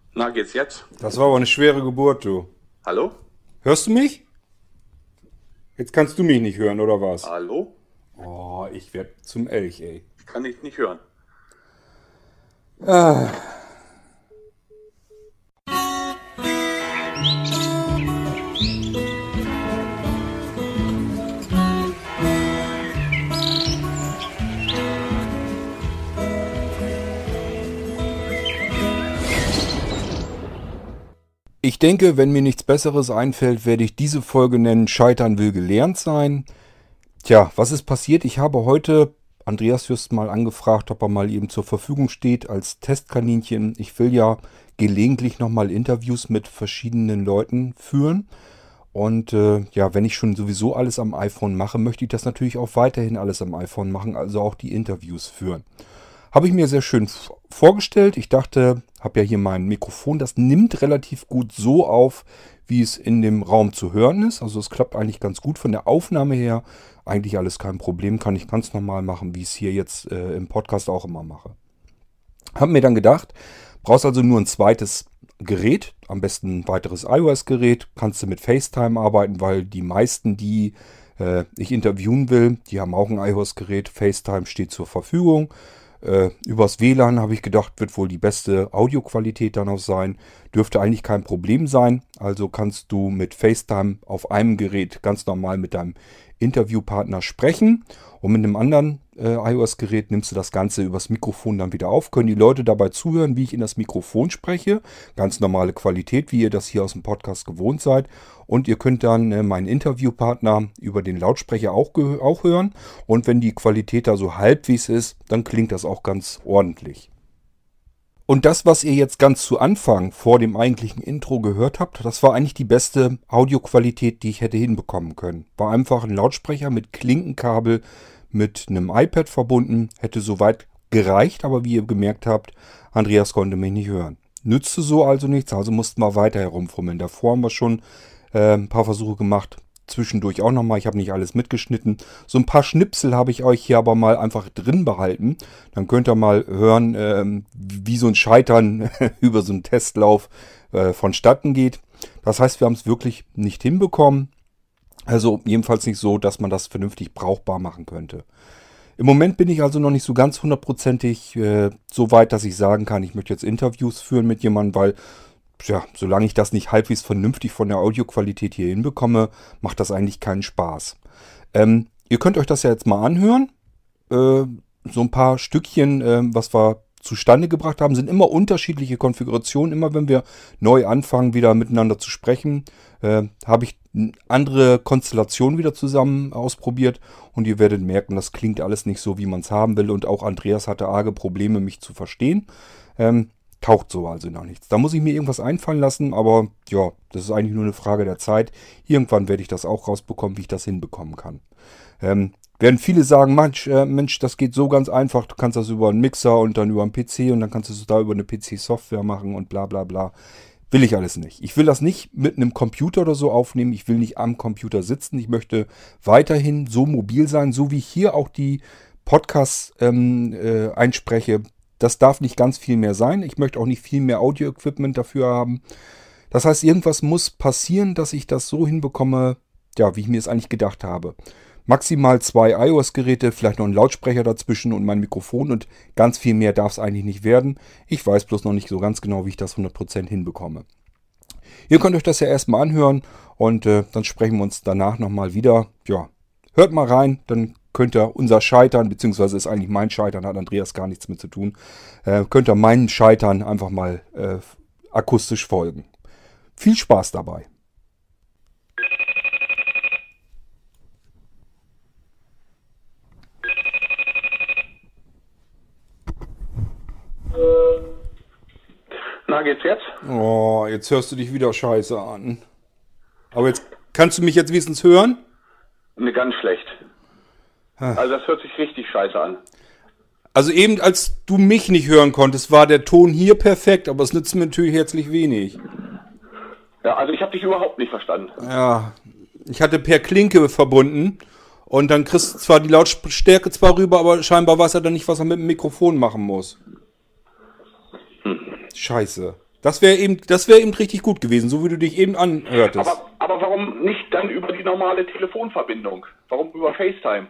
Na, geht's jetzt? Das war aber eine schwere Geburt, du. Hallo? Hörst du mich? Jetzt kannst du mich nicht hören, oder was? Hallo? Oh, ich werd zum Elch, ey. Ich kann dich nicht hören. Ich denke, wenn mir nichts Besseres einfällt, werde ich diese Folge nennen, Scheitern will gelernt sein. Tja, was ist passiert? Ich habe heute Andreas Fürst mal angefragt, ob er mal eben zur Verfügung steht als Testkaninchen. Ich will ja gelegentlich nochmal Interviews mit verschiedenen Leuten führen. Und ja, wenn ich schon sowieso alles am iPhone mache, möchte ich das natürlich auch weiterhin alles am iPhone machen, also auch die Interviews führen. Habe ich mir sehr schön vorgestellt. Ich dachte, habe ja hier mein Mikrofon, das nimmt relativ gut so auf, wie es in dem Raum zu hören ist. Also es klappt eigentlich ganz gut von der Aufnahme her. Eigentlich alles kein Problem, kann ich ganz normal machen, wie ich es hier jetzt im Podcast auch immer mache. Habe mir dann gedacht, brauchst also nur ein zweites Gerät, am besten ein weiteres iOS-Gerät. Kannst du mit FaceTime arbeiten, weil die meisten, die ich interviewen will, die haben auch ein iOS-Gerät. FaceTime steht zur Verfügung. Übers WLAN habe ich gedacht, wird wohl die beste Audioqualität dann auch sein. Dürfte eigentlich kein Problem sein. Also kannst du mit FaceTime auf einem Gerät ganz normal mit deinem Interviewpartner sprechen. Und mit einem anderen iOS-Gerät nimmst du das Ganze übers Mikrofon dann wieder auf. Können die Leute dabei zuhören, wie ich in das Mikrofon spreche. Ganz normale Qualität, wie ihr das hier aus dem Podcast gewohnt seid. Und ihr könnt dann meinen Interviewpartner über den Lautsprecher auch hören. Und wenn die Qualität da so halbwegs ist, dann klingt das auch ganz ordentlich. Und das, was ihr jetzt ganz zu Anfang vor dem eigentlichen Intro gehört habt, das war eigentlich die beste Audioqualität, die ich hätte hinbekommen können. War einfach ein Lautsprecher mit Klinkenkabel mit einem iPad verbunden, hätte soweit gereicht, aber wie ihr gemerkt habt, Andreas konnte mich nicht hören. Nützte so also nichts, also mussten wir weiter herumfummeln. Davor haben wir schon ein paar Versuche gemacht. Zwischendurch auch nochmal. Ich habe nicht alles mitgeschnitten. So ein paar Schnipsel habe ich euch hier aber mal einfach drin behalten. Dann könnt ihr mal hören, wie so ein Scheitern über so einen Testlauf vonstatten geht. Das heißt, wir haben es wirklich nicht hinbekommen. Also jedenfalls nicht so, dass man das vernünftig brauchbar machen könnte. Im Moment bin ich also noch nicht so ganz hundertprozentig so weit, dass ich sagen kann, ich möchte jetzt Interviews führen mit jemandem, weil ja, solange ich das nicht halbwegs vernünftig von der Audioqualität hier hinbekomme, macht das eigentlich keinen Spaß. Ihr könnt euch das ja jetzt mal anhören. So ein paar Stückchen, was wir zustande gebracht haben, sind immer unterschiedliche Konfigurationen. Immer wenn wir neu anfangen, wieder miteinander zu sprechen, habe ich eine andere Konstellation wieder zusammen ausprobiert. Und ihr werdet merken, das klingt alles nicht so, wie man es haben will. Und auch Andreas hatte arge Probleme, mich zu verstehen. Taucht so also noch nichts. Da muss ich mir irgendwas einfallen lassen, aber ja, das ist eigentlich nur eine Frage der Zeit. Irgendwann werde ich das auch rausbekommen, wie ich das hinbekommen kann. Werden viele sagen, Mensch, das geht so ganz einfach. Du kannst das über einen Mixer und dann über einen PC und dann kannst du es da über eine PC-Software machen und bla bla bla. Will ich alles nicht. Ich will das nicht mit einem Computer oder so aufnehmen. Ich will nicht am Computer sitzen. Ich möchte weiterhin so mobil sein, so wie ich hier auch die Podcasts einspreche. Das darf nicht ganz viel mehr sein. Ich möchte auch nicht viel mehr Audio-Equipment dafür haben. Das heißt, irgendwas muss passieren, dass ich das so hinbekomme, ja, wie ich mir es eigentlich gedacht habe. Maximal 2 iOS-Geräte, vielleicht noch ein Lautsprecher dazwischen und mein Mikrofon und ganz viel mehr darf es eigentlich nicht werden. Ich weiß bloß noch nicht so ganz genau, wie ich das 100% hinbekomme. Ihr könnt euch das ja erstmal anhören und dann sprechen wir uns danach nochmal wieder. Ja, hört mal rein, dann könnt ihr unser Scheitern, beziehungsweise ist eigentlich mein Scheitern, hat Andreas gar nichts mit zu tun, könnt ihr meinen Scheitern einfach mal akustisch folgen. Viel Spaß dabei. Na, geht's jetzt? Oh, jetzt hörst du dich wieder scheiße an. Aber jetzt kannst du mich jetzt wenigstens hören? Ne, ganz schlecht. Also das hört sich richtig scheiße an. Also eben, als du mich nicht hören konntest, war der Ton hier perfekt, aber es nützt mir natürlich herzlich wenig. Ja, also ich habe dich überhaupt nicht verstanden. Ja, ich hatte per Klinke verbunden und dann kriegst du zwar die Lautstärke zwar rüber, aber scheinbar weiß er dann nicht, was er mit dem Mikrofon machen muss. Scheiße. Das wäre eben richtig gut gewesen, so wie du dich eben anhörtest. Aber warum nicht dann über die normale Telefonverbindung? Warum über FaceTime?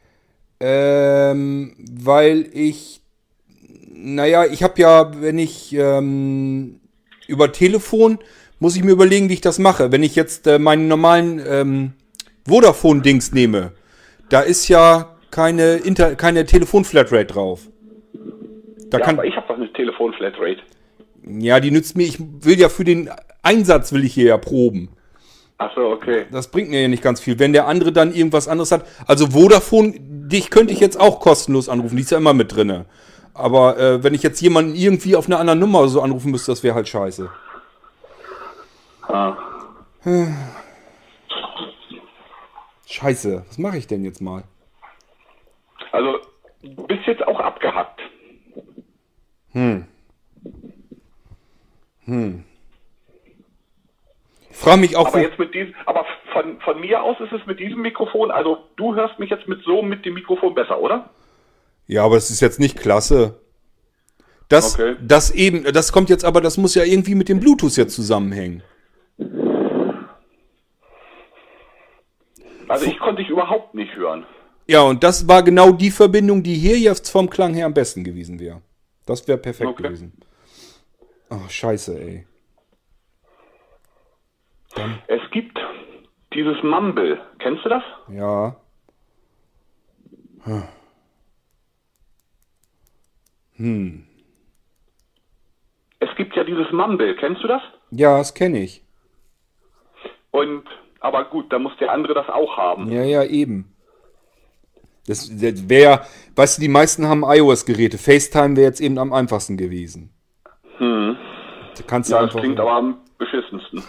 Weil ich habe ja, wenn ich über Telefon, muss ich mir überlegen, wie ich das mache. Wenn ich jetzt meinen normalen Vodafone-Dings nehme, da ist ja keine Telefon-Flatrate drauf. Aber ich habe doch eine Telefon-Flatrate. Ja, die nützt mir, ich will ja für den Einsatz will ich hier ja proben. Ach so, okay. Das bringt mir ja nicht ganz viel. Wenn der andere dann irgendwas anderes hat, also Vodafone, dich könnte ich jetzt auch kostenlos anrufen, die ist ja immer mit drinne. Aber wenn ich jetzt jemanden irgendwie auf einer anderen Nummer oder so anrufen müsste, das wäre halt scheiße. Scheiße, was mache ich denn jetzt mal? Also, du bist jetzt auch abgehackt. Ich frage mich auch, aber von mir aus ist es mit diesem Mikrofon, also du hörst mich jetzt mit dem Mikrofon besser, oder? Ja, aber das ist jetzt nicht klasse. Das kommt jetzt, aber das muss ja irgendwie mit dem Bluetooth jetzt zusammenhängen. Also ich konnte dich überhaupt nicht hören. Ja, und das war genau die Verbindung, die hier jetzt vom Klang her am besten gewesen wäre. Das wäre perfekt gewesen. Oh, scheiße, ey. Dann. Es gibt dieses Mumble. Kennst du das? Ja. Es gibt ja dieses Mumble. Kennst du das? Ja, das kenne ich. Aber gut, da muss der andere das auch haben. Ja, eben. Das wäre, weißt du, die meisten haben iOS-Geräte. FaceTime wäre jetzt eben am einfachsten gewesen. Da kannst du das klingt aber am beschissensten.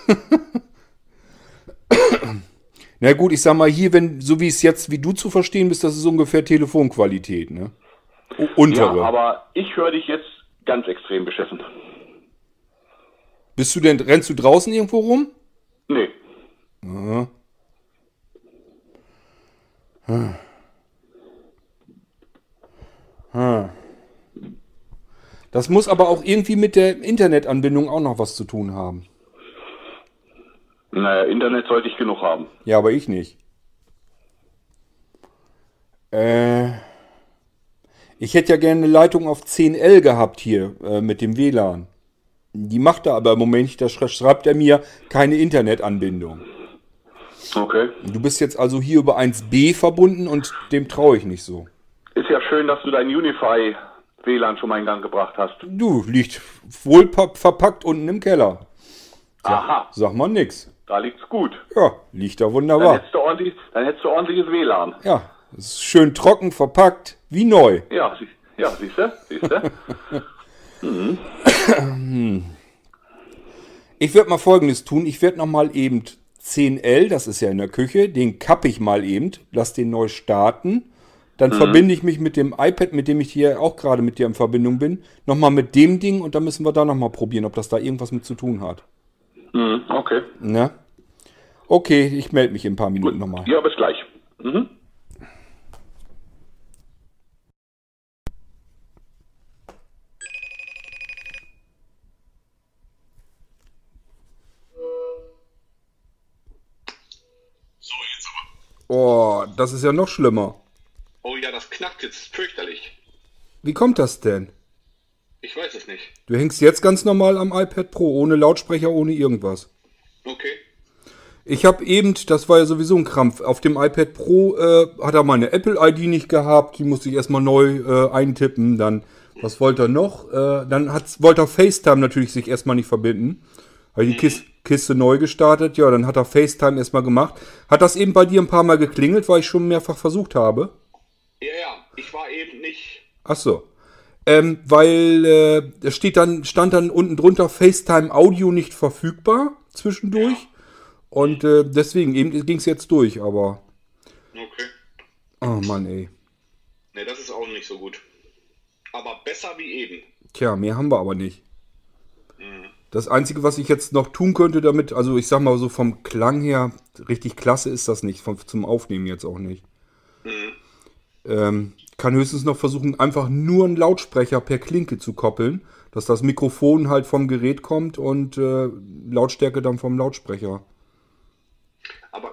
Na gut, ich sag mal hier, so wie es jetzt, wie du zu verstehen bist, das ist ungefähr Telefonqualität, ne? Untere. Ja, aber ich höre dich jetzt ganz extrem beschissen. Rennst du draußen irgendwo rum? Nee. Aha. Das muss aber auch irgendwie mit der Internetanbindung auch noch was zu tun haben. Naja, Internet sollte ich genug haben. Ja, aber ich nicht. Ich hätte ja gerne eine Leitung auf 10L gehabt hier mit dem WLAN. Die macht er aber im Moment nicht, da schreibt er mir keine Internetanbindung. Okay. Du bist jetzt also hier über 1B verbunden und dem traue ich nicht so. Ist ja schön, dass du dein Unify WLAN schon mal in Gang gebracht hast. Du, liegt wohl verpackt unten im Keller. Aha. Sag mal nix. Da liegt's gut. Ja, liegt da wunderbar. Dann hättest du ordentliches WLAN. Ja, ist schön trocken, verpackt, wie neu. Ja, siehst du? Ich werde mal Folgendes tun. Ich werde nochmal eben 10L, das ist ja in der Küche, den kappe ich mal eben, lass den neu starten. Dann verbinde ich mich mit dem iPad, mit dem ich hier auch gerade mit dir in Verbindung bin, nochmal mit dem Ding und dann müssen wir da nochmal probieren, ob das da irgendwas mit zu tun hat. Okay. Ne? Okay, ich melde mich in ein paar Minuten nochmal. Ja, bis gleich. So, jetzt aber. Oh, das ist ja noch schlimmer. Oh ja, das knackt jetzt fürchterlich. Wie kommt das denn? Ich weiß es nicht. Du hängst jetzt ganz normal am iPad Pro, ohne Lautsprecher, ohne irgendwas. Okay. Ich habe eben, das war ja sowieso ein Krampf, auf dem iPad Pro hat er meine Apple-ID nicht gehabt, die musste ich erstmal neu eintippen, dann, was wollte er noch? Dann wollte er FaceTime natürlich sich erstmal nicht verbinden. Habe ich die Kiste neu gestartet, ja, dann hat er FaceTime erstmal gemacht. Hat das eben bei dir ein paar Mal geklingelt, weil ich schon mehrfach versucht habe? Ja, ich war eben nicht. Ach so. Weil es stand dann unten drunter FaceTime Audio nicht verfügbar zwischendurch. Ja. Und deswegen, eben ging es jetzt durch, aber... Okay. Oh Mann, ey. Ne, das ist auch nicht so gut. Aber besser wie eben. Tja, mehr haben wir aber nicht. Das Einzige, was ich jetzt noch tun könnte damit, also ich sag mal so vom Klang her, richtig klasse ist das nicht, zum Aufnehmen jetzt auch nicht. Kann höchstens noch versuchen, einfach nur einen Lautsprecher per Klinke zu koppeln. Dass das Mikrofon halt vom Gerät kommt und Lautstärke dann vom Lautsprecher. Aber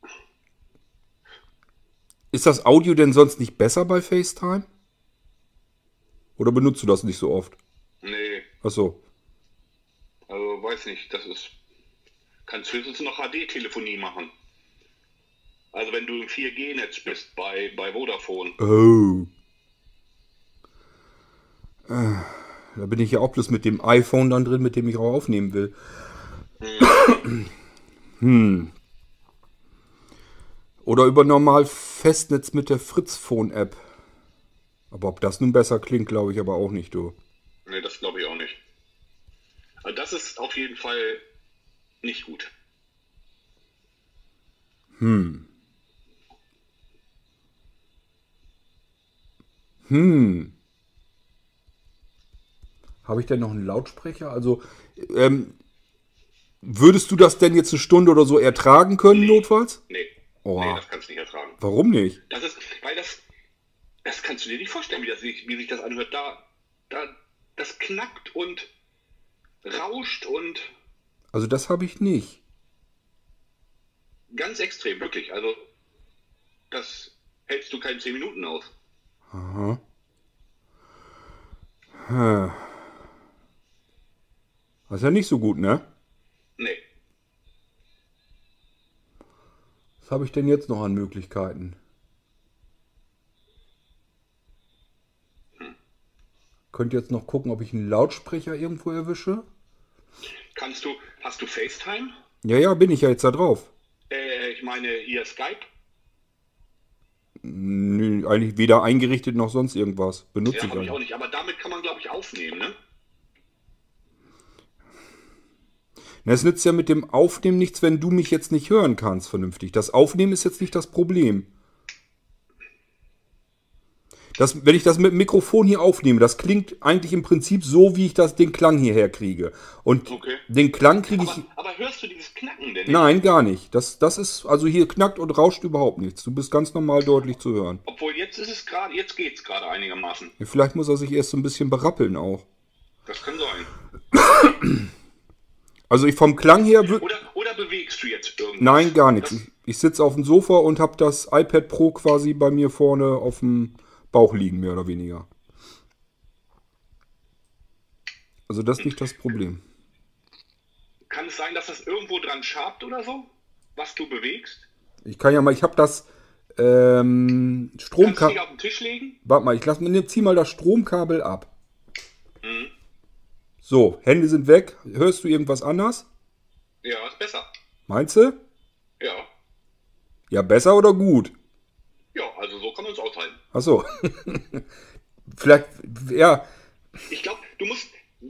Ist das Audio denn sonst nicht besser bei FaceTime? Oder benutzt du das nicht so oft? nee, Ach so. also weiß nicht, kannst höchstens noch HD-Telefonie machen. Also wenn du im 4G-Netz bist bei Vodafone. Oh. Da bin ich ja auch bloß mit dem iPhone dann drin, mit dem ich auch aufnehmen will. Oder über normal Festnetz mit der Fritz-Phone-App. Aber ob das nun besser klingt, glaube ich aber auch nicht, du. Nee, das glaube ich auch nicht. Also das ist auf jeden Fall nicht gut. Habe ich denn noch einen Lautsprecher? Also, würdest du das denn jetzt eine Stunde oder so ertragen können, notfalls? Nee, Oh. nee, das kannst du nicht ertragen. Warum nicht? Das ist, weil das kannst du dir nicht vorstellen, wie sich das anhört. Das knackt und rauscht und Also das habe ich nicht. ganz extrem, wirklich. Also, das hältst du keine 10 Minuten aus. Aha. Das ist ja nicht so gut, ne? Nee. Was habe ich denn jetzt noch an Möglichkeiten? Könnt jetzt noch gucken, ob ich einen Lautsprecher irgendwo erwische? Hast du FaceTime? Ja, bin ich ja jetzt da drauf. Ich meine hier Skype. Nö, eigentlich weder eingerichtet noch sonst irgendwas. Benutze Ja, ich habe ich auch eigentlich. nicht. Aber damit kann man, glaube ich, aufnehmen, ne? Na, es nützt ja mit dem Aufnehmen nichts, wenn du mich jetzt nicht hören kannst vernünftig. Das Aufnehmen ist jetzt nicht das Problem. Wenn ich das mit dem Mikrofon hier aufnehme, das klingt eigentlich im Prinzip so, wie ich den Klang hierher kriege. Und Okay. den Klang kriege ich... Aber hörst du dieses Knacken denn nicht? Nein, gar nicht. Das ist, also hier knackt und rauscht überhaupt nichts. Du bist ganz normal deutlich zu hören. Obwohl jetzt geht's gerade einigermaßen. Ja, vielleicht muss er sich erst so ein bisschen berappeln auch. Das kann sein. Also vom Klang her... Oder bewegst du jetzt irgendwas? Nein, gar nichts. Ich sitze auf dem Sofa und habe das iPad Pro quasi bei mir vorne auf dem Bauch liegen, mehr oder weniger. Also das ist nicht das Problem. Kann es sein, dass das irgendwo dran schabt oder so? Was du bewegst? Ich kann ja mal, ich habe das Kannst du Stromkabel... dich auf den Tisch legen? Warte mal, zieh mal das Stromkabel ab. So, Hände sind weg. Hörst du irgendwas anders? Ja, ist besser. Meinst du? Ja. Ja, besser oder gut? Ja, also so kann man es aushalten. Ach so. Vielleicht, ja. Ich glaube, du musst,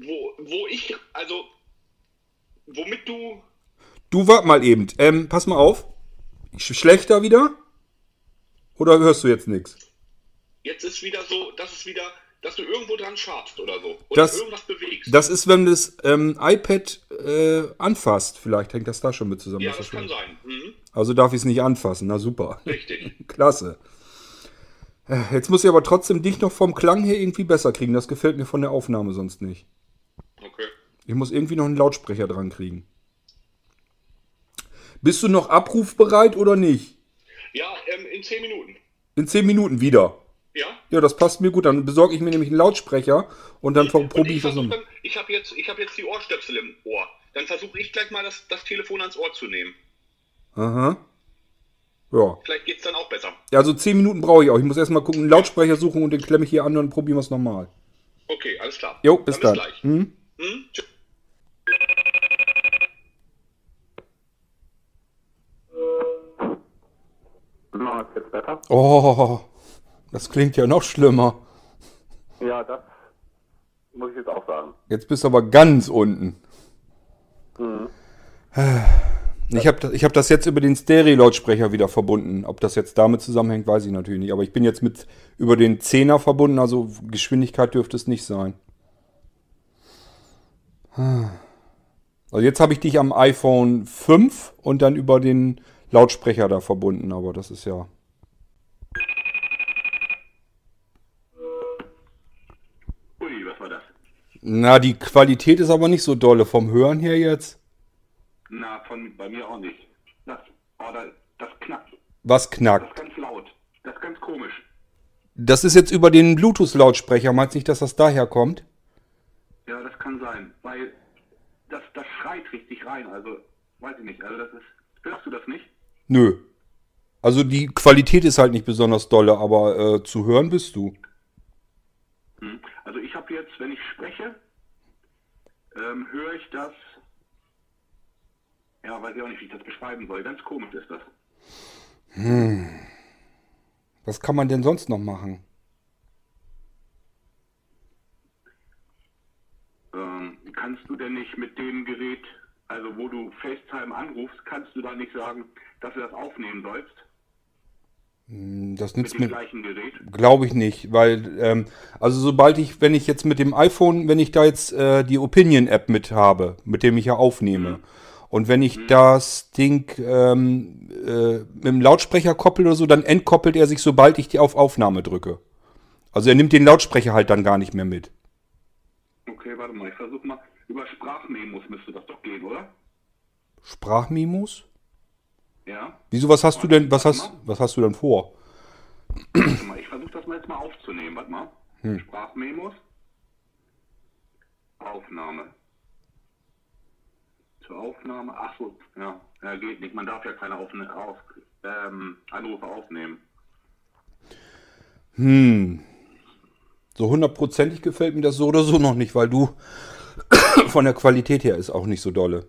womit du... Du wart mal eben. Pass mal auf. Schlechter wieder? Oder hörst du jetzt nichts? Jetzt ist wieder so, dass du irgendwo dran schabst oder so. Oder irgendwas bewegst. Das ist, wenn du das iPad anfasst. Vielleicht hängt das da schon mit zusammen. Ja, das kann sein. Mhm. Also darf ich es nicht anfassen. Na super. Richtig. Klasse. Jetzt muss ich aber trotzdem dich noch vom Klang her irgendwie besser kriegen. Das gefällt mir von der Aufnahme sonst nicht. Okay. Ich muss irgendwie noch einen Lautsprecher dran kriegen. Bist du noch abrufbereit oder nicht? Ja, in 10 Minuten. In 10 Minuten wieder. Ja? Ja, das passt mir gut. Dann besorge ich mir nämlich einen Lautsprecher und dann probiere ich das nochmal. Ich habe jetzt die Ohrstöpsel im Ohr. Dann versuche ich gleich mal das Telefon ans Ohr zu nehmen. Aha. Ja. Vielleicht geht's dann auch besser. Ja, also 10 Minuten brauche ich auch. Ich muss erstmal gucken, einen Lautsprecher suchen und den klemme ich hier an und dann probieren wir es nochmal. Okay, alles klar. Jo, bis dann. Bis gleich. Tschüss. Na, ist jetzt besser? Oh, das klingt ja noch schlimmer. Ja, das muss ich jetzt auch sagen. Jetzt bist du aber ganz unten. Ich hab das jetzt über den Stereo-Lautsprecher wieder verbunden. Ob das jetzt damit zusammenhängt, weiß ich natürlich nicht. Aber ich bin jetzt über den 10er verbunden, also Geschwindigkeit dürfte es nicht sein. Also jetzt habe ich dich am iPhone 5 und dann über den Lautsprecher da verbunden, aber das ist ja... Ui, was war das? Na, die Qualität ist aber nicht so dolle vom Hören her jetzt. Na, bei mir auch nicht. Das knackt. Was Das knackt? ist ganz laut. Das ist ganz komisch. Das ist jetzt über den Bluetooth-Lautsprecher. Meinst du nicht, dass das daher kommt? Ja, das kann sein. Weil das schreit richtig rein. Also, weiß ich nicht. Also, das ist. Hörst du das nicht? Nö. Also die Qualität ist halt nicht besonders dolle, aber zu hören bist du. Also, ich habe jetzt, wenn ich spreche, höre ich das. Ja, weiß ich auch nicht, wie ich das beschreiben soll. Ganz komisch ist das. Was kann man denn sonst noch machen? Kannst du denn nicht mit dem Gerät, also wo du FaceTime anrufst, kannst du da nicht sagen, dass du das aufnehmen sollst? Das Mit nützt dem mir, gleichen Gerät? glaube ich nicht, weil, also wenn ich jetzt mit dem iPhone, wenn ich da jetzt die Opinion-App mit habe, mit dem ich ja aufnehme, und wenn ich das Ding mit dem Lautsprecher koppel oder so, dann entkoppelt er sich, sobald ich die auf Aufnahme drücke. Also er nimmt den Lautsprecher halt dann gar nicht mehr mit. Okay, warte mal, ich versuche mal. Über Sprachmemos müsste das doch gehen, oder? Sprachmemos? Ja. Wieso, was hast du denn, Warte mal. was hast du denn vor? Warte mal, ich versuche das mal jetzt mal aufzunehmen. Warte mal. Sprachmemos. Aufnahme. Zur Aufnahme. Ach so, ja. Ja, geht nicht. Man darf ja keine Anrufe aufnehmen. So hundertprozentig gefällt mir das so oder so noch nicht, weil du von der Qualität her ist auch nicht so dolle.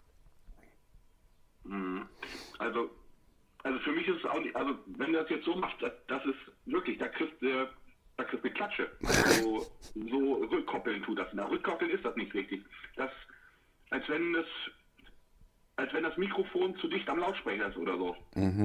Also für mich ist es auch nicht, also wenn du das jetzt so machst, das ist wirklich, da kriegst du eine Klatsche. Also, so rückkoppeln tut das. Na, rückkoppeln ist das nicht richtig. Das, als wenn das Mikrofon zu dicht am Lautsprecher ist oder so.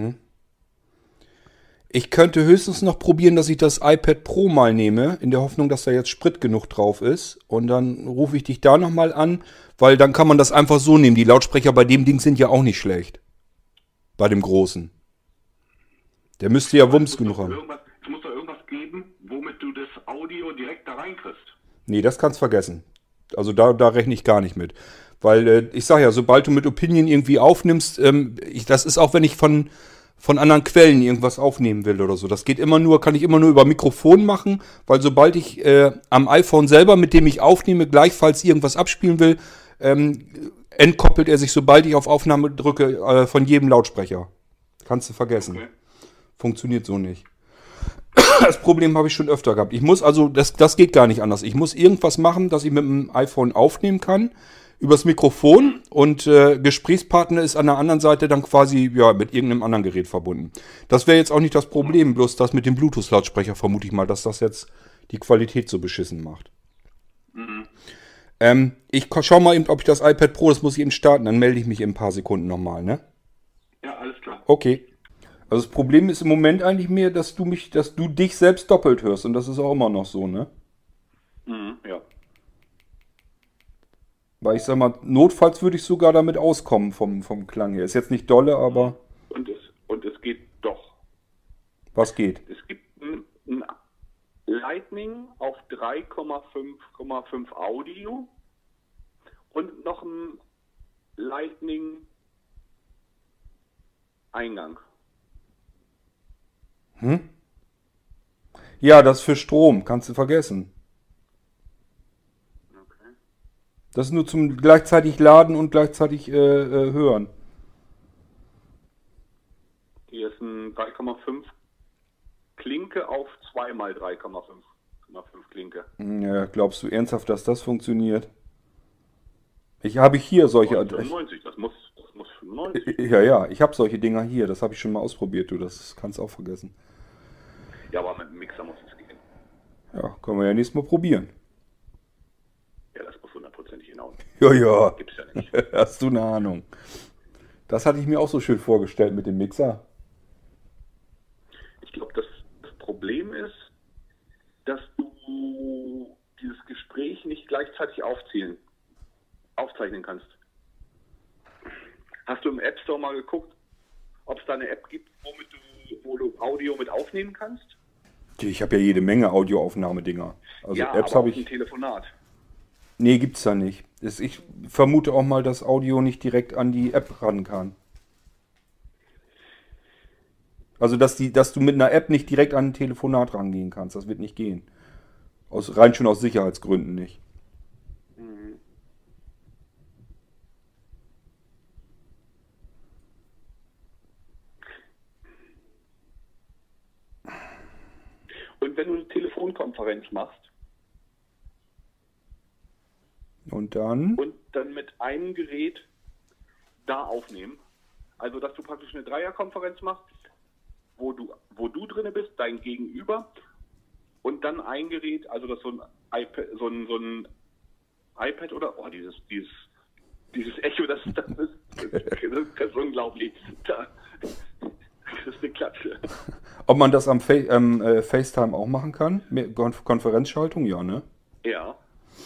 Ich könnte höchstens noch probieren, dass ich das iPad Pro mal nehme, in der Hoffnung, dass da jetzt Sprit genug drauf ist. Und dann rufe ich dich da nochmal an, weil dann kann man das einfach so nehmen. Die Lautsprecher bei dem Ding sind ja auch nicht schlecht. Bei dem großen. Der müsste ja Wumms genug haben. Es muss doch irgendwas geben, womit du das Audio direkt da reinkriegst. Nee, das kannst vergessen. Also da rechne ich gar nicht mit. Weil ich sag ja, sobald du mit Opinion irgendwie aufnimmst, das ist auch, wenn ich von anderen Quellen irgendwas aufnehmen will oder so. Das geht kann ich immer nur über Mikrofon machen, weil sobald ich am iPhone selber, mit dem ich aufnehme, gleichfalls irgendwas abspielen will, entkoppelt er sich, sobald ich auf Aufnahme drücke, von jedem Lautsprecher. Kannst du vergessen. Okay. Funktioniert so nicht. Das Problem habe ich schon öfter gehabt. Das geht gar nicht anders. Ich muss irgendwas machen, dass ich mit dem iPhone aufnehmen kann, übers Mikrofon, und Gesprächspartner ist an der anderen Seite dann quasi mit irgendeinem anderen Gerät verbunden. Das wäre jetzt auch nicht das Problem, bloß das mit dem Bluetooth-Lautsprecher vermute ich mal, dass das jetzt die Qualität so beschissen macht. Ich schau mal eben, ob ich das iPad Pro, das muss ich eben starten, dann melde ich mich in ein paar Sekunden nochmal, ne? Ja, alles klar. Okay. Also das Problem ist im Moment eigentlich mehr, dass du dich selbst doppelt hörst, und das ist auch immer noch so, ne? Ja. Weil ich sag mal, notfalls würde ich sogar damit auskommen vom Klang her. Ist jetzt nicht dolle, aber Und es geht doch. was geht? Es gibt ein Lightning auf 3,5,5 Audio und noch ein Lightning Eingang. Ja, das ist für Strom, kannst du vergessen. Okay. Das ist nur zum gleichzeitig laden und gleichzeitig hören. Hier ist ein 3,5 Klinke auf 2 mal 3,5 Klinke. Ja, glaubst du ernsthaft, dass das funktioniert? Habe ich hier solche. 95, das muss 95. Ja, ich habe solche Dinger hier. Das habe ich schon mal ausprobiert, du. Das kannst du auch vergessen. Ja, aber mit dem Mixer muss es gehen. Ja, können wir ja nächstes Mal probieren. Ja, das muss 100%ig hinaus. Ja. Gibt's ja nicht. Hast du eine Ahnung? Das hatte ich mir auch so schön vorgestellt mit dem Mixer. Ich glaube, das Problem ist, dass du dieses Gespräch nicht gleichzeitig aufzeichnen kannst. Hast du im App Store mal geguckt, ob es da eine App gibt, wo du Audio mit aufnehmen kannst? Ich habe ja jede Menge Audioaufnahmedinger. Also ja, Apps aber habe auch ein ich. Telefonat. Nee, gibt's da nicht. Ich vermute auch mal, dass Audio nicht direkt an die App ran kann. Also, dass du mit einer App nicht direkt an ein Telefonat rangehen kannst. Das wird nicht gehen. Rein schon aus Sicherheitsgründen nicht. Und wenn du eine Telefonkonferenz machst Und dann? und dann mit einem Gerät da aufnehmen, also dass du praktisch eine Dreierkonferenz machst, wo du drinne bist, dein Gegenüber, und dann ein Gerät, also das so ein iPad, so ein iPad oder dieses Echo, das ist unglaublich. Das ist eine Klatsche. Ob man das am FaceTime auch machen kann? Mit Konferenzschaltung? Ja, ne? Ja.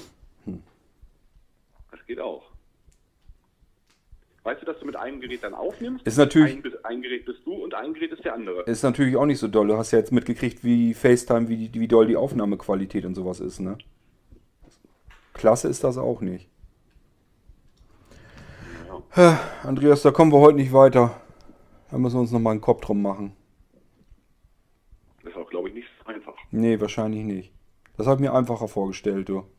Das geht auch. Weißt du, dass du mit einem Gerät dann aufnimmst? Ist natürlich, ein Gerät bist du und ein Gerät ist der andere. ist natürlich auch nicht so doll. Du hast ja jetzt mitgekriegt, wie FaceTime, wie doll die Aufnahmequalität und sowas ist, ne? Klasse ist das auch nicht. Ja. Andreas, da kommen wir heute nicht weiter. Da müssen wir uns nochmal einen Kopf drum machen. Das ist auch, glaube ich, nicht so einfach. Nee, wahrscheinlich nicht. Das habe ich mir einfacher vorgestellt, du.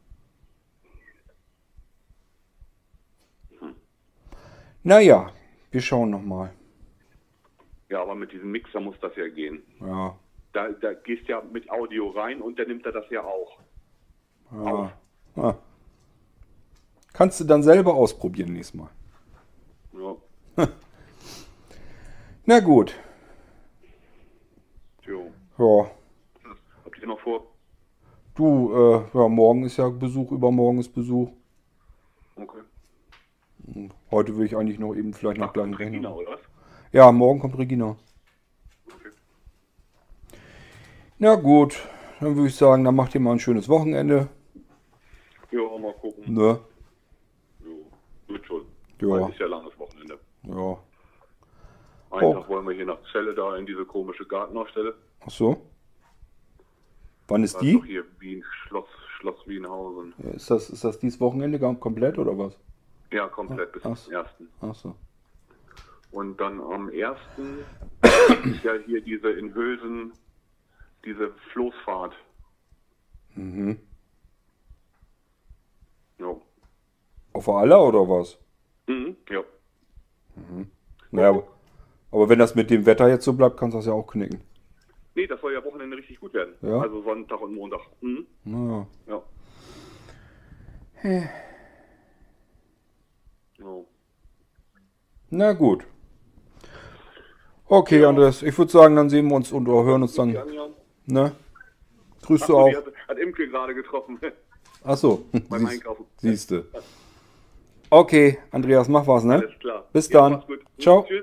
Naja, wir schauen nochmal. Ja, aber mit diesem Mixer muss das ja gehen. Ja, Da gehst ja mit Audio rein und dann nimmt er das ja auch. ja. Ah. Kannst du dann selber ausprobieren nächstes Mal. Ja. Na gut. Jo. Ja. Was habt ihr noch vor? Du, ja, morgen ist ja Besuch, übermorgen ist Besuch. Okay. Heute will ich eigentlich noch eben vielleicht noch gleich Regina, rechnen. oder was? Ja, morgen kommt Regina. Okay. Na gut, dann würde ich sagen, dann macht ihr mal ein schönes Wochenende. Ja, mal gucken. Ne? Jo. Wird schon. Ja. Weil es ist ja langes Wochenende. Ja. Einen Oh. Tag wollen wir hier nach Celle da in diese komische Gartenausstelle. Ach so. Wann ist Das ist doch die? hier Wien, Schloss Wienhausen. Ist das dieses Wochenende komplett oder was? Ja, komplett bis zum Ach so. 1. Ach so. Und dann am 1. ist ja hier diese in Hülsen, diese Floßfahrt. Mhm. Ja. Auf der Aller oder was? Ja. Naja, aber wenn das mit dem Wetter jetzt so bleibt, kannst du das ja auch knicken. Nee, das soll ja Wochenende richtig gut werden. Ja? Also Sonntag und Montag. Naja. Ja. Ja. Na gut. Okay, Ja. Andreas, ich würde sagen, dann sehen wir uns und oder hören uns dann. Jan. Ne? Grüßt du Achso, auch. die hat Imke gerade getroffen Ach so. beim Einkaufen. Siehste. Okay, Andreas, mach was, ne? Alles klar. Bis Ja, dann. mach's gut. Ciao. Tschüss.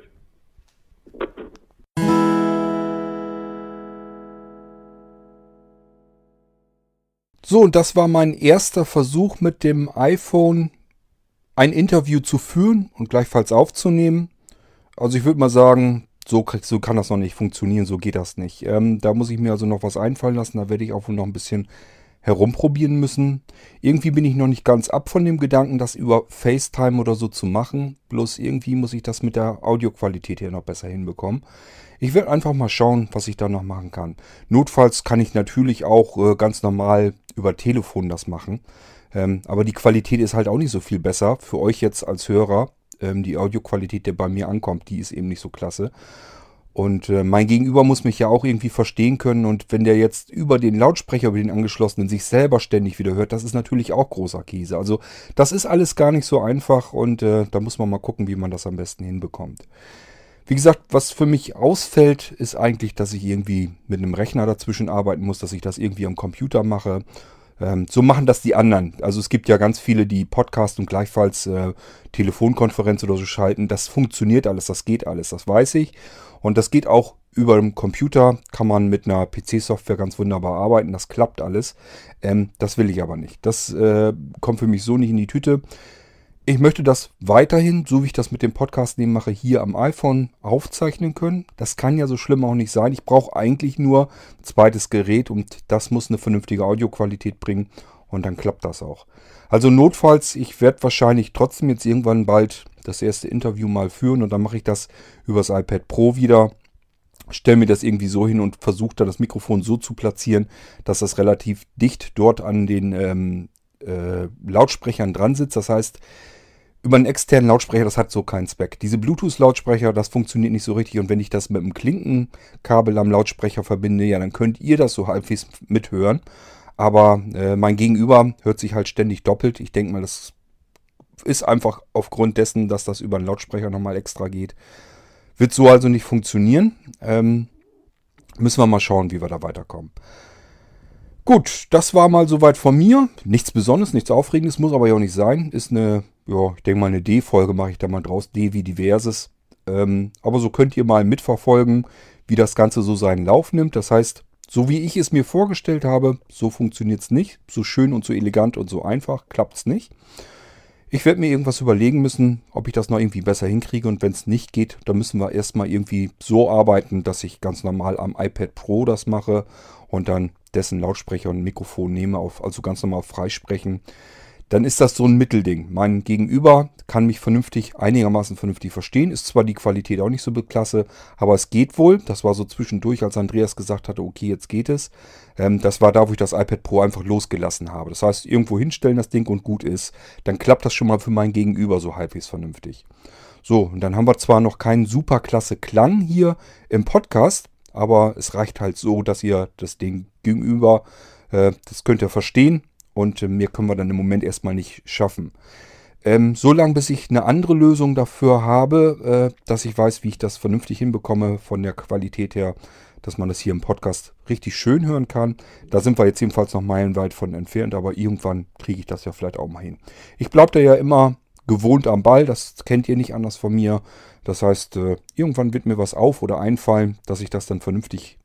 So, und das war mein erster Versuch mit dem iPhone, ein Interview zu führen und gleichfalls aufzunehmen. Also ich würde mal sagen, so kann das noch nicht funktionieren, so geht das nicht. Da muss ich mir also noch was einfallen lassen, da werde ich auch wohl noch ein bisschen herumprobieren müssen. Irgendwie bin ich noch nicht ganz ab von dem Gedanken, das über FaceTime oder so zu machen. Bloß irgendwie muss ich das mit der Audioqualität hier noch besser hinbekommen. Ich werde einfach mal schauen, was ich da noch machen kann. Notfalls kann ich natürlich auch ganz normal über Telefon das machen. Aber die Qualität ist halt auch nicht so viel besser. Für euch jetzt als Hörer, die Audioqualität, der bei mir ankommt, die ist eben nicht so klasse. Und mein Gegenüber muss mich ja auch irgendwie verstehen können. Und wenn der jetzt über den Lautsprecher, über den angeschlossenen, sich selber ständig wieder hört, das ist natürlich auch großer Käse. Also das ist alles gar nicht so einfach. Und da muss man mal gucken, wie man das am besten hinbekommt. Wie gesagt, was für mich ausfällt, ist eigentlich, dass ich irgendwie mit einem Rechner dazwischen arbeiten muss, dass ich das irgendwie am Computer mache. So machen das die anderen. Also es gibt ja ganz viele, die Podcast und gleichfalls Telefonkonferenz oder so schalten. Das funktioniert alles, das geht alles, das weiß ich. Und das geht auch über den Computer, kann man mit einer PC-Software ganz wunderbar arbeiten. Das klappt alles. Das will ich aber nicht. Das kommt für mich so nicht in die Tüte. Ich möchte das weiterhin, so wie ich das mit dem Podcast nehmen mache, hier am iPhone aufzeichnen können. Das kann ja so schlimm auch nicht sein. Ich brauche eigentlich nur ein zweites Gerät und das muss eine vernünftige Audioqualität bringen. und dann klappt das auch. Also notfalls, ich werde wahrscheinlich trotzdem jetzt irgendwann bald das erste Interview mal führen und dann mache ich das übers iPad Pro wieder. Stelle mir das irgendwie so hin und versuche da das Mikrofon so zu platzieren, dass das relativ dicht dort an den Lautsprechern dran sitzt. Das heißt, über einen externen Lautsprecher, das hat so keinen Zweck. Diese Bluetooth-Lautsprecher, das funktioniert nicht so richtig. Und wenn ich das mit einem Klinkenkabel am Lautsprecher verbinde, ja, dann könnt ihr das so halbwegs mithören. Aber mein Gegenüber hört sich halt ständig doppelt. Ich denke mal, das ist einfach aufgrund dessen, dass das über einen Lautsprecher nochmal extra geht. Wird so also nicht funktionieren. Müssen wir mal schauen, wie wir da weiterkommen. Gut, das war mal soweit von mir. Nichts Besonderes, nichts Aufregendes, muss aber ja auch nicht sein. Ist eine, ja, ich denke mal eine D-Folge mache ich da mal draus. D wie diverses. Aber so könnt ihr mal mitverfolgen, wie das Ganze so seinen Lauf nimmt. Das heißt, so wie ich es mir vorgestellt habe, so funktioniert es nicht. So schön und so elegant und so einfach klappt es nicht. Ich werde mir irgendwas überlegen müssen, ob ich das noch irgendwie besser hinkriege. Und wenn es nicht geht, dann müssen wir erstmal irgendwie so arbeiten, dass ich ganz normal am iPad Pro das mache und dann dessen Lautsprecher und Mikrofon nehme, also ganz normal auf Freisprechen. Dann ist das so ein Mittelding. Mein Gegenüber kann mich einigermaßen vernünftig verstehen. Ist zwar die Qualität auch nicht so klasse, aber es geht wohl. Das war so zwischendurch, als Andreas gesagt hatte, okay, jetzt geht es. Das war da, wo ich das iPad Pro einfach losgelassen habe. Das heißt, irgendwo hinstellen das Ding und gut ist. Dann klappt das schon mal für mein Gegenüber so halbwegs vernünftig. So, und dann haben wir zwar noch keinen super klasse Klang hier im Podcast, aber es reicht halt so, dass ihr das Ding gegenüber, das könnt ihr verstehen. Und mehr können wir dann im Moment erstmal nicht schaffen. So lange, bis ich eine andere Lösung dafür habe, dass ich weiß, wie ich das vernünftig hinbekomme von der Qualität her, dass man das hier im Podcast richtig schön hören kann. Da sind wir jetzt jedenfalls noch meilenweit von entfernt, aber irgendwann kriege ich das ja vielleicht auch mal hin. Ich bleibe da ja immer gewohnt am Ball, das kennt ihr nicht anders von mir. Das heißt, irgendwann wird mir was auf oder einfallen, dass ich das dann vernünftig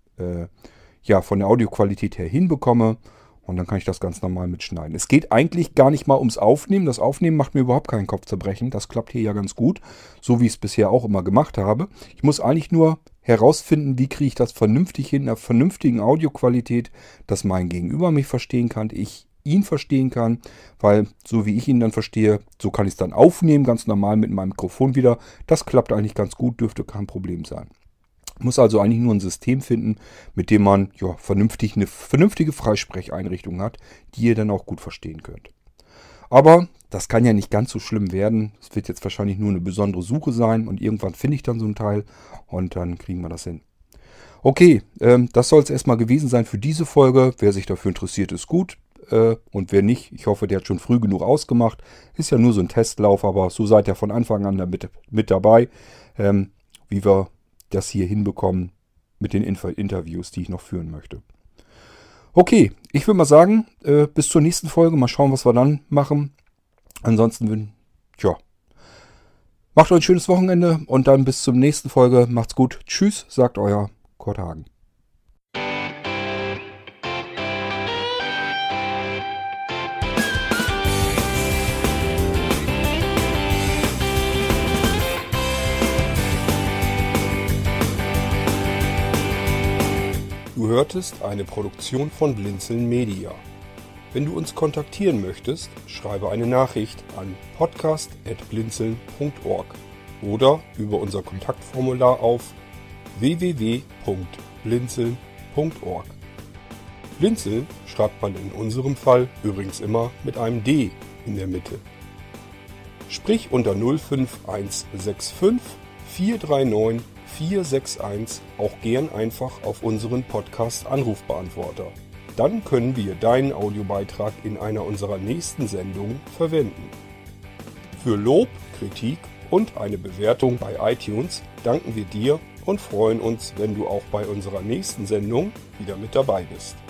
von der Audioqualität her hinbekomme. Und dann kann ich das ganz normal mitschneiden. Es geht eigentlich gar nicht mal ums Aufnehmen. Das Aufnehmen macht mir überhaupt keinen Kopfzerbrechen. Das klappt hier ja ganz gut, so wie ich es bisher auch immer gemacht habe. Ich muss eigentlich nur herausfinden, wie kriege ich das vernünftig hin, in einer vernünftigen Audioqualität, dass mein Gegenüber mich verstehen kann, ich ihn verstehen kann, weil so wie ich ihn dann verstehe, so kann ich es dann aufnehmen, ganz normal mit meinem Mikrofon wieder. Das klappt eigentlich ganz gut, dürfte kein Problem sein. Muss also eigentlich nur ein System finden, mit dem man eine vernünftige Freisprecheinrichtung hat, die ihr dann auch gut verstehen könnt. Aber das kann ja nicht ganz so schlimm werden. Es wird jetzt wahrscheinlich nur eine besondere Suche sein und irgendwann finde ich dann so ein Teil und dann kriegen wir das hin. Okay, das soll es erstmal gewesen sein für diese Folge. Wer sich dafür interessiert, ist gut. Und wer nicht, ich hoffe, der hat schon früh genug ausgemacht. Ist ja nur so ein Testlauf, aber so seid ihr von Anfang an mit dabei, wie wir das hier hinbekommen mit den Interviews, die ich noch führen möchte. Okay, ich würde mal sagen, bis zur nächsten Folge. Mal schauen, was wir dann machen. Ansonsten, macht euch ein schönes Wochenende und dann bis zur nächsten Folge. Macht's gut. Tschüss, sagt euer Kurt Hagen. Du hörtest eine Produktion von Blinzeln Media. Wenn du uns kontaktieren möchtest, schreibe eine Nachricht an podcast@blinzeln.org oder über unser Kontaktformular auf www.blinzeln.org. Blinzeln schreibt man in unserem Fall übrigens immer mit einem D in der Mitte. Sprich unter 05165 439 461 auch gern einfach auf unseren Podcast-Anrufbeantworter. Dann können wir deinen Audiobeitrag in einer unserer nächsten Sendungen verwenden. Für Lob, Kritik und eine Bewertung bei iTunes danken wir dir und freuen uns, wenn du auch bei unserer nächsten Sendung wieder mit dabei bist.